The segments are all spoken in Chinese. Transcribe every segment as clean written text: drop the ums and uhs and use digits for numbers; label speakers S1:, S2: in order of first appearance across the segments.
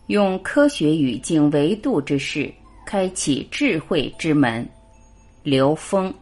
S1: 用科学语境维度之势，开启智慧之门。刘峰。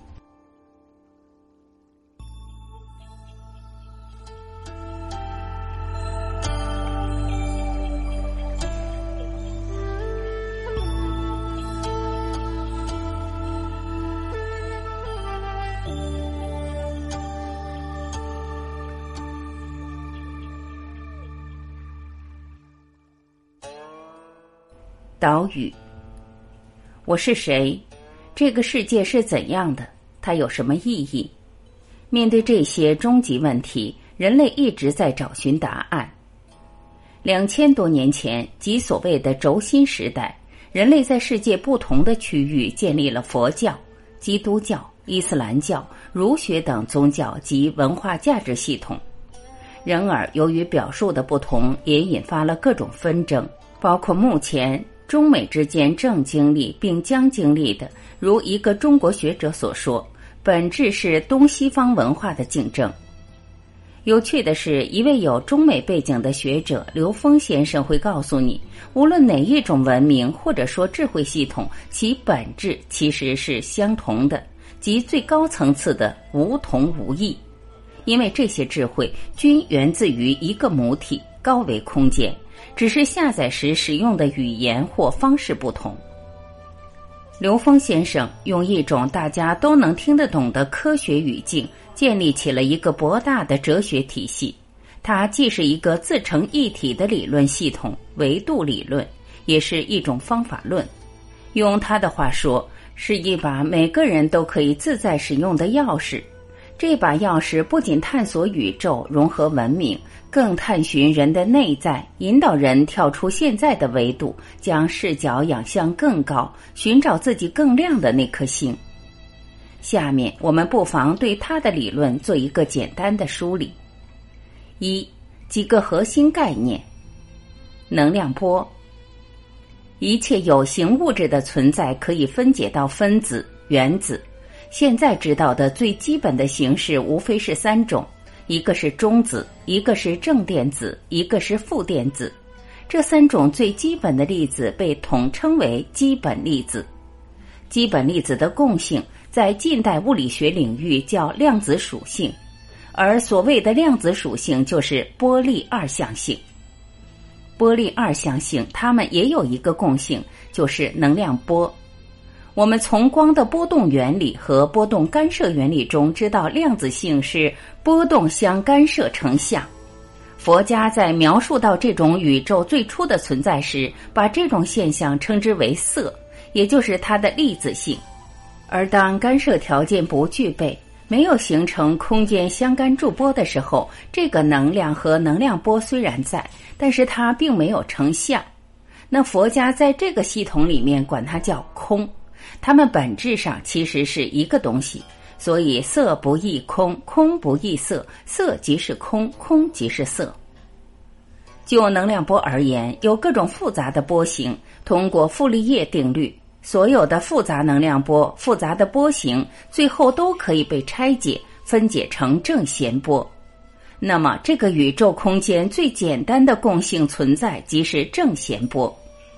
S1: 岛屿。我是谁？这个世界是怎样的？它有什么意义？面对这些终极问题，人类一直在找寻答案。2000多年前，即所谓的轴心时代，人类在世界不同的区域建立了佛教、基督教、伊斯兰教、儒学等宗教及文化价值系统。然而，由于表述的不同，也引发了各种纷争，包括目前中美之间正经历并将经历的，如一个中国学者所说，本质是东西方文化的竞争。有趣的是，一位有中美背景的学者刘峰先生会告诉你，无论哪一种文明或者说智慧系统，其本质其实是相同的，即最高层次的无同无异。因为这些智慧均源自于一个母体，高维空间，只是下载时使用的语言或方式不同。刘峰先生用一种大家都能听得懂的科学语境，建立起了一个博大的哲学体系。它既是一个自成一体的理论系统，维度理论，也是一种方法论。用他的话说，是一把每个人都可以自在使用的钥匙。这把钥匙不仅探索宇宙，融合文明，更探寻人的内在，引导人跳出现在的维度，将视角仰向更高，寻找自己更亮的那颗星。下面我们不妨对他的理论做一个简单的梳理。一、几个核心概念。能量波。一切有形物质的存在可以分解到分子、原子。现在知道的最基本的形式无非是3种，一个是中子，一个是正电子，一个是负电子。这3种最基本的粒子被统称为基本粒子。基本粒子的共性在近代物理学领域叫量子属性，而所谓的量子属性就是波粒二象性。波粒二象性它们也有一个共性，就是能量波。我们从光的波动原理和波动干涉原理中知道，量子性是波动相干涉成像。佛家在描述到这种宇宙最初的存在时，把这种现象称之为色，也就是它的粒子性。而当干涉条件不具备，没有形成空间相干驻波的时候，这个能量和能量波虽然在，但是它并没有成像。那佛家在这个系统里面管它叫空，它们本质上其实是一个东西，所以色不异空，空不异色，色即是空，空即是色。就能量波而言，有各种复杂的波形，通过傅立叶定律，所有的复杂能量波、复杂的波形，最后都可以被拆解，分解成正弦波。那么这个宇宙空间最简单的共性存在即是正弦波。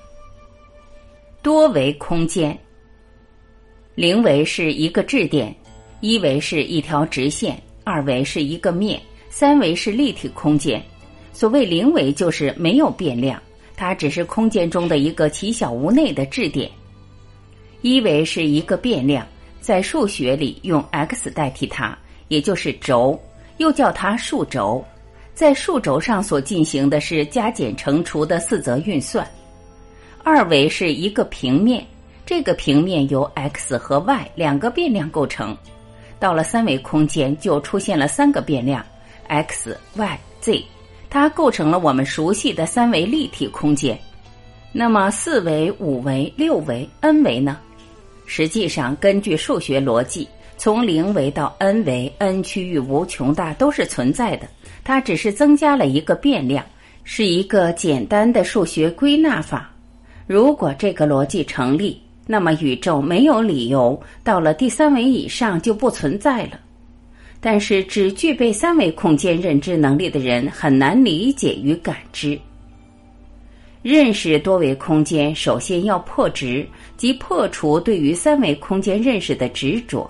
S1: 多维空间。0维是一个质点，1维是一条直线，2维是一个面，3维是立体空间。所谓0维就是没有变量，它只是空间中的一个奇小无内的质点。1维是一个变量，在数学里用 x 代替它，也就是轴，又叫它数轴。在数轴上所进行的是加减乘除的4则运算。2维是一个平面，这个平面由 x 和 y 2个变量构成。到了3维空间就出现了3个变量 x、y、z， 它构成了我们熟悉的3维立体空间。那么4维、5维、6维、n 维呢？实际上根据数学逻辑，从0维到 n 维 n 区域无穷大都是存在的，它只是增加了一个变量，是一个简单的数学归纳法。如果这个逻辑成立，那么宇宙没有理由到了第3维以上就不存在了。但是只具备3维空间认知能力的人很难理解与感知。 认识多维空间，首先要破执，即破除对于三维空间认识的执着。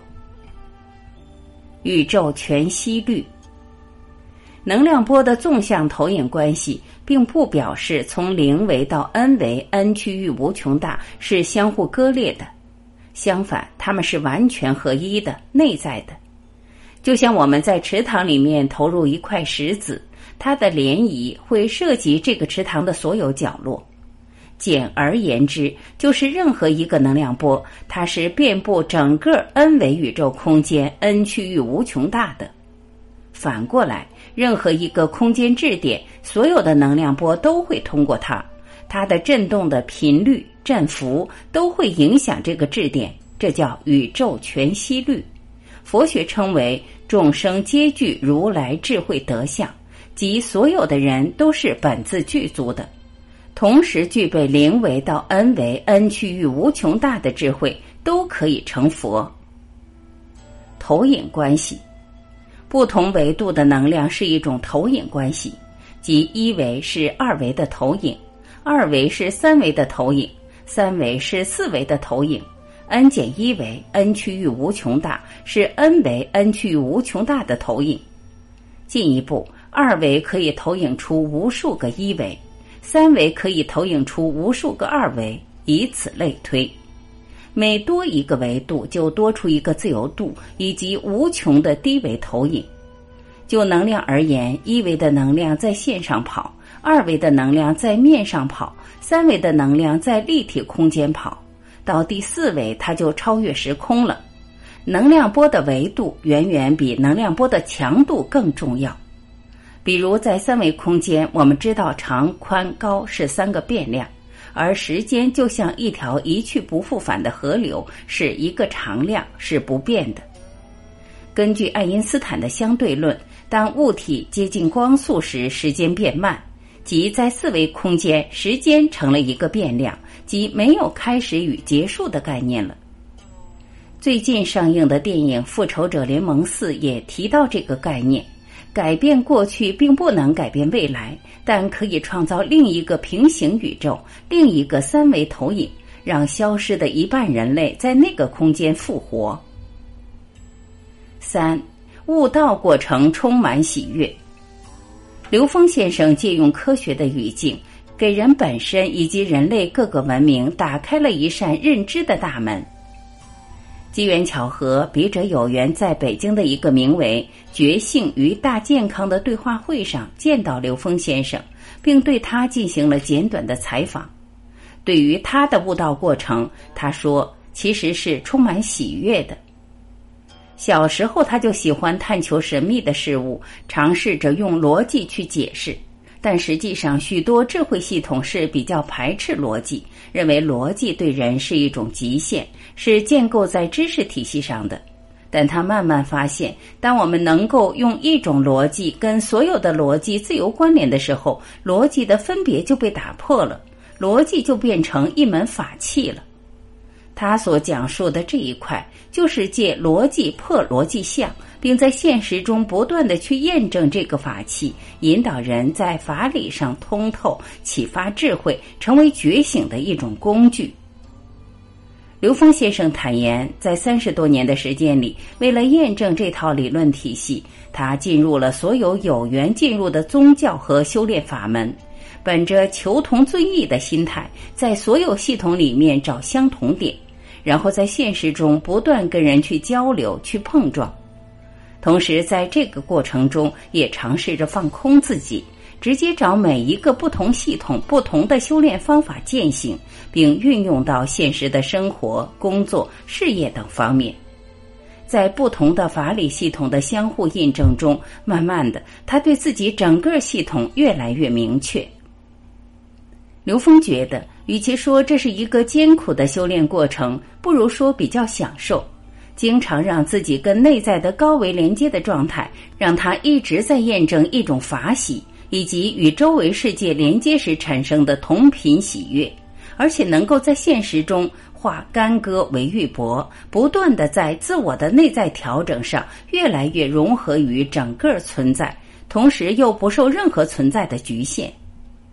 S1: 宇宙全息律，能量波的纵向投影关系并不表示从0维到 n 维 n 趋于无穷大是相互割裂的，相反，它们是完全合一的、内在的。就像我们在池塘里面投入一块石子，它的涟漪会涉及这个池塘的所有角落。简而言之，就是任何一个能量波，它是遍布整个 n 维宇宙空间 n 趋于无穷大的。反过来，任何一个空间质点，所有的能量波都会通过它，它的振动的频率、振幅都会影响这个质点，这叫宇宙全息律。佛学称为众生皆具如来智慧德相，即所有的人都是本自具足的，同时具备0维到 n 维 n 趋于无穷大的智慧，都可以成佛。投影关系，不同维度的能量是一种投影关系，即1维是2维的投影，2维是3维的投影，3维是4维的投影，n-1维 n 趋于无穷大是 n 维 n 趋于无穷大的投影。进一步，2维可以投影出无数个1维，3维可以投影出无数个2维，以此类推。每多一个维度就多出一个自由度，以及无穷的低维投影。就能量而言，1维的能量在线上跑，2维的能量在面上跑，3维的能量在立体空间跑，到第4维它就超越时空了。能量波的维度远远比能量波的强度更重要。比如在3维空间，我们知道长、宽、高是3个变量，而时间就像一条一去不复返的河流，是一个常量，是不变的。根据爱因斯坦的相对论，当物体接近光速时，时间变慢，即在4维空间，时间成了一个变量，即没有开始与结束的概念了。最近上映的电影《复仇者联盟4》也提到这个概念，改变过去并不能改变未来，但可以创造另一个平行宇宙，另一个3维投影，让消失的一半人类在那个空间复活。3. 悟道过程充满喜悦。刘峰先生借用科学的语境，给人本身以及人类各个文明打开了一扇认知的大门。机缘巧合，笔者有缘在北京的一个名为觉性与大健康的对话会上见到刘峰先生，并对他进行了简短的采访。对于他的悟道过程，他说其实是充满喜悦的。小时候他就喜欢探求神秘的事物，尝试着用逻辑去解释，但实际上许多智慧系统是比较排斥逻辑，认为逻辑对人是一种极限，是建构在知识体系上的。但他慢慢发现，当我们能够用一种逻辑跟所有的逻辑自由关联的时候，逻辑的分别就被打破了，逻辑就变成一门法器了。他所讲述的这一块，就是借逻辑破逻辑相，并在现实中不断地去验证这个法器，引导人在法理上通透，启发智慧，成为觉醒的一种工具。刘峰先生坦言，在30多年的时间里，为了验证这套理论体系，他进入了所有有缘进入的宗教和修炼法门，本着求同尊异的心态，在所有系统里面找相同点，然后在现实中不断跟人去交流，去碰撞。同时在这个过程中也尝试着放空自己，直接找每一个不同系统不同的修炼方法践行，并运用到现实的生活、工作、事业等方面。在不同的法理系统的相互印证中，慢慢的他对自己整个系统越来越明确。刘峰觉得，与其说这是一个艰苦的修炼过程，不如说比较享受。经常让自己跟内在的高维连接的状态，让他一直在验证一种法喜，以及与周围世界连接时产生的同频喜悦，而且能够在现实中化干戈为玉帛，不断地在自我的内在调整上越来越融合于整个存在，同时又不受任何存在的局限。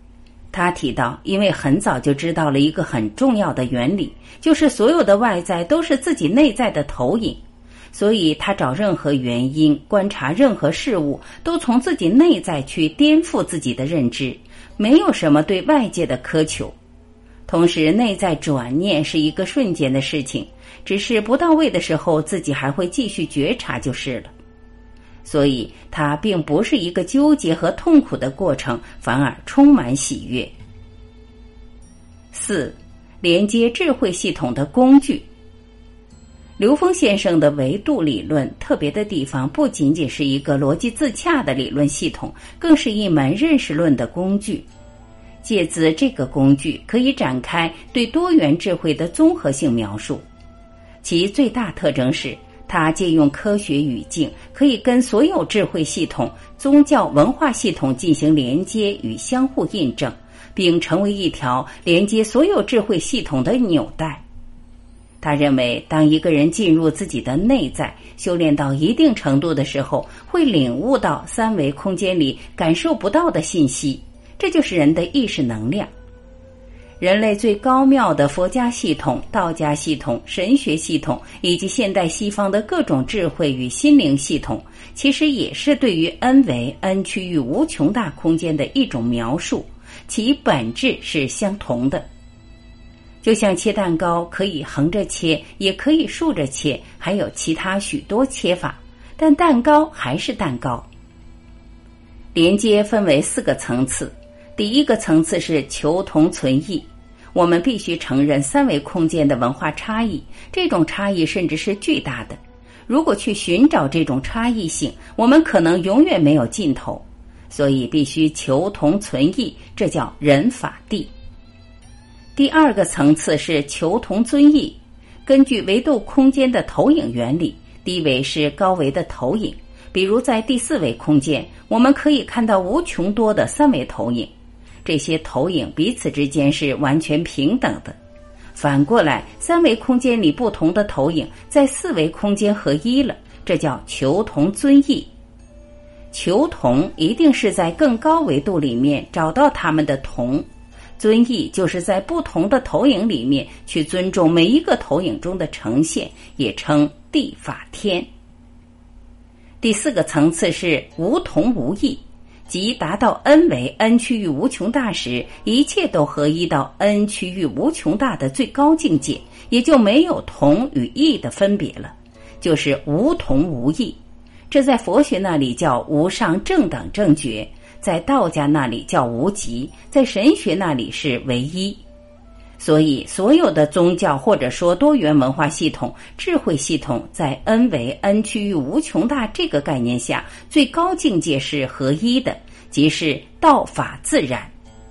S1: 他提到，因为很早就知道了一个很重要的原理，就是所有的外在都是自己内在的投影，所以他找任何原因，观察任何事物，都从自己内在去颠覆自己的认知，没有什么对外界的苛求。同时，内在转念是一个瞬间的事情，只是不到位的时候，自己还会继续觉察就是了。所以它并不是一个纠结和痛苦的过程，反而充满喜悦。4. 连接智慧系统的工具。刘峰先生的维度理论特别的地方，不仅仅是一个逻辑自洽的理论系统，更是一门认识论的工具。借自这个工具，可以展开对多元智慧的综合性描述。其最大特征是，它借用科学语境，可以跟所有智慧系统、宗教文化系统进行连接与相互印证，并成为一条连接所有智慧系统的纽带。他认为，当一个人进入自己的内在，修炼到一定程度的时候，会领悟到三维空间里感受不到的信息，这就是人的意识能量。人类最高妙的佛家系统、道家系统、神学系统，以及现代西方的各种智慧与心灵系统，其实也是对于 N 维 N 区域无穷大空间的一种描述，其本质是相同的。就像切蛋糕可以横着切，也可以竖着切，还有其他许多切法，但蛋糕还是蛋糕。连接分为4个层次。第一个层次是求同存异，我们必须承认三维空间的文化差异，这种差异甚至是巨大的。如果去寻找这种差异性，我们可能永远没有尽头，所以必须求同存异，这叫人法地。第二个层次是求同尊异，根据维度空间的投影原理，低维是高维的投影，比如在第4维空间，我们可以看到无穷多的3维投影，这些投影彼此之间是完全平等的。反过来，3维空间里不同的投影在4维空间合一了，这叫求同尊异。求同一定是在更高维度里面找到它们的同，尊异就是在不同的投影里面去尊重每一个投影中的呈现，也称地法天。第4个层次是无同无异，即达到 N 维 N 区域无穷大时，一切都合一到 N 区域无穷大的最高境界，也就没有同与异的分别了，就是无同无异。这在佛学那里叫无上正等正觉，在道家那里叫无极，在神学那里是唯一。所以所有的宗教或者说多元文化系统、智慧系统，在 N 维 N 区域无穷大这个概念下，最高境界是合一的，即是道法自然。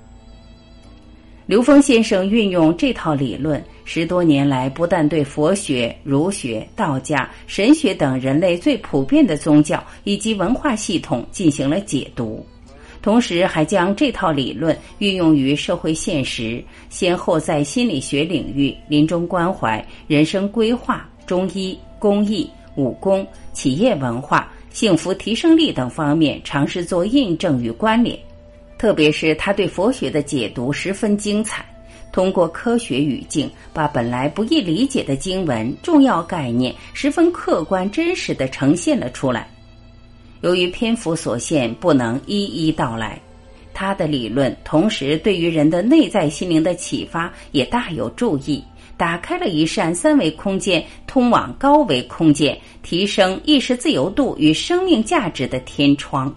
S1: 刘峰先生运用这套理论10多年来，不但对佛学、儒学、道家、神学等人类最普遍的宗教以及文化系统进行了解读，同时还将这套理论运用于社会现实，先后在心理学领域、临终关怀、人生规划、中医、公益、武功、企业文化、幸福提升力等方面尝试做印证与关联。特别是他对佛学的解读十分精彩，通过科学语境，把本来不易理解的经文重要概念十分客观真实地呈现了出来。由于篇幅所限，不能一一道来，他的理论同时对于人的内在心灵的启发也大有注意，打开了一扇3维空间通往高维空间，提升意识自由度与生命价值的天窗。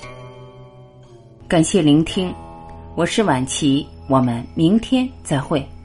S1: 感谢聆听，我是婉琪，我们明天再会。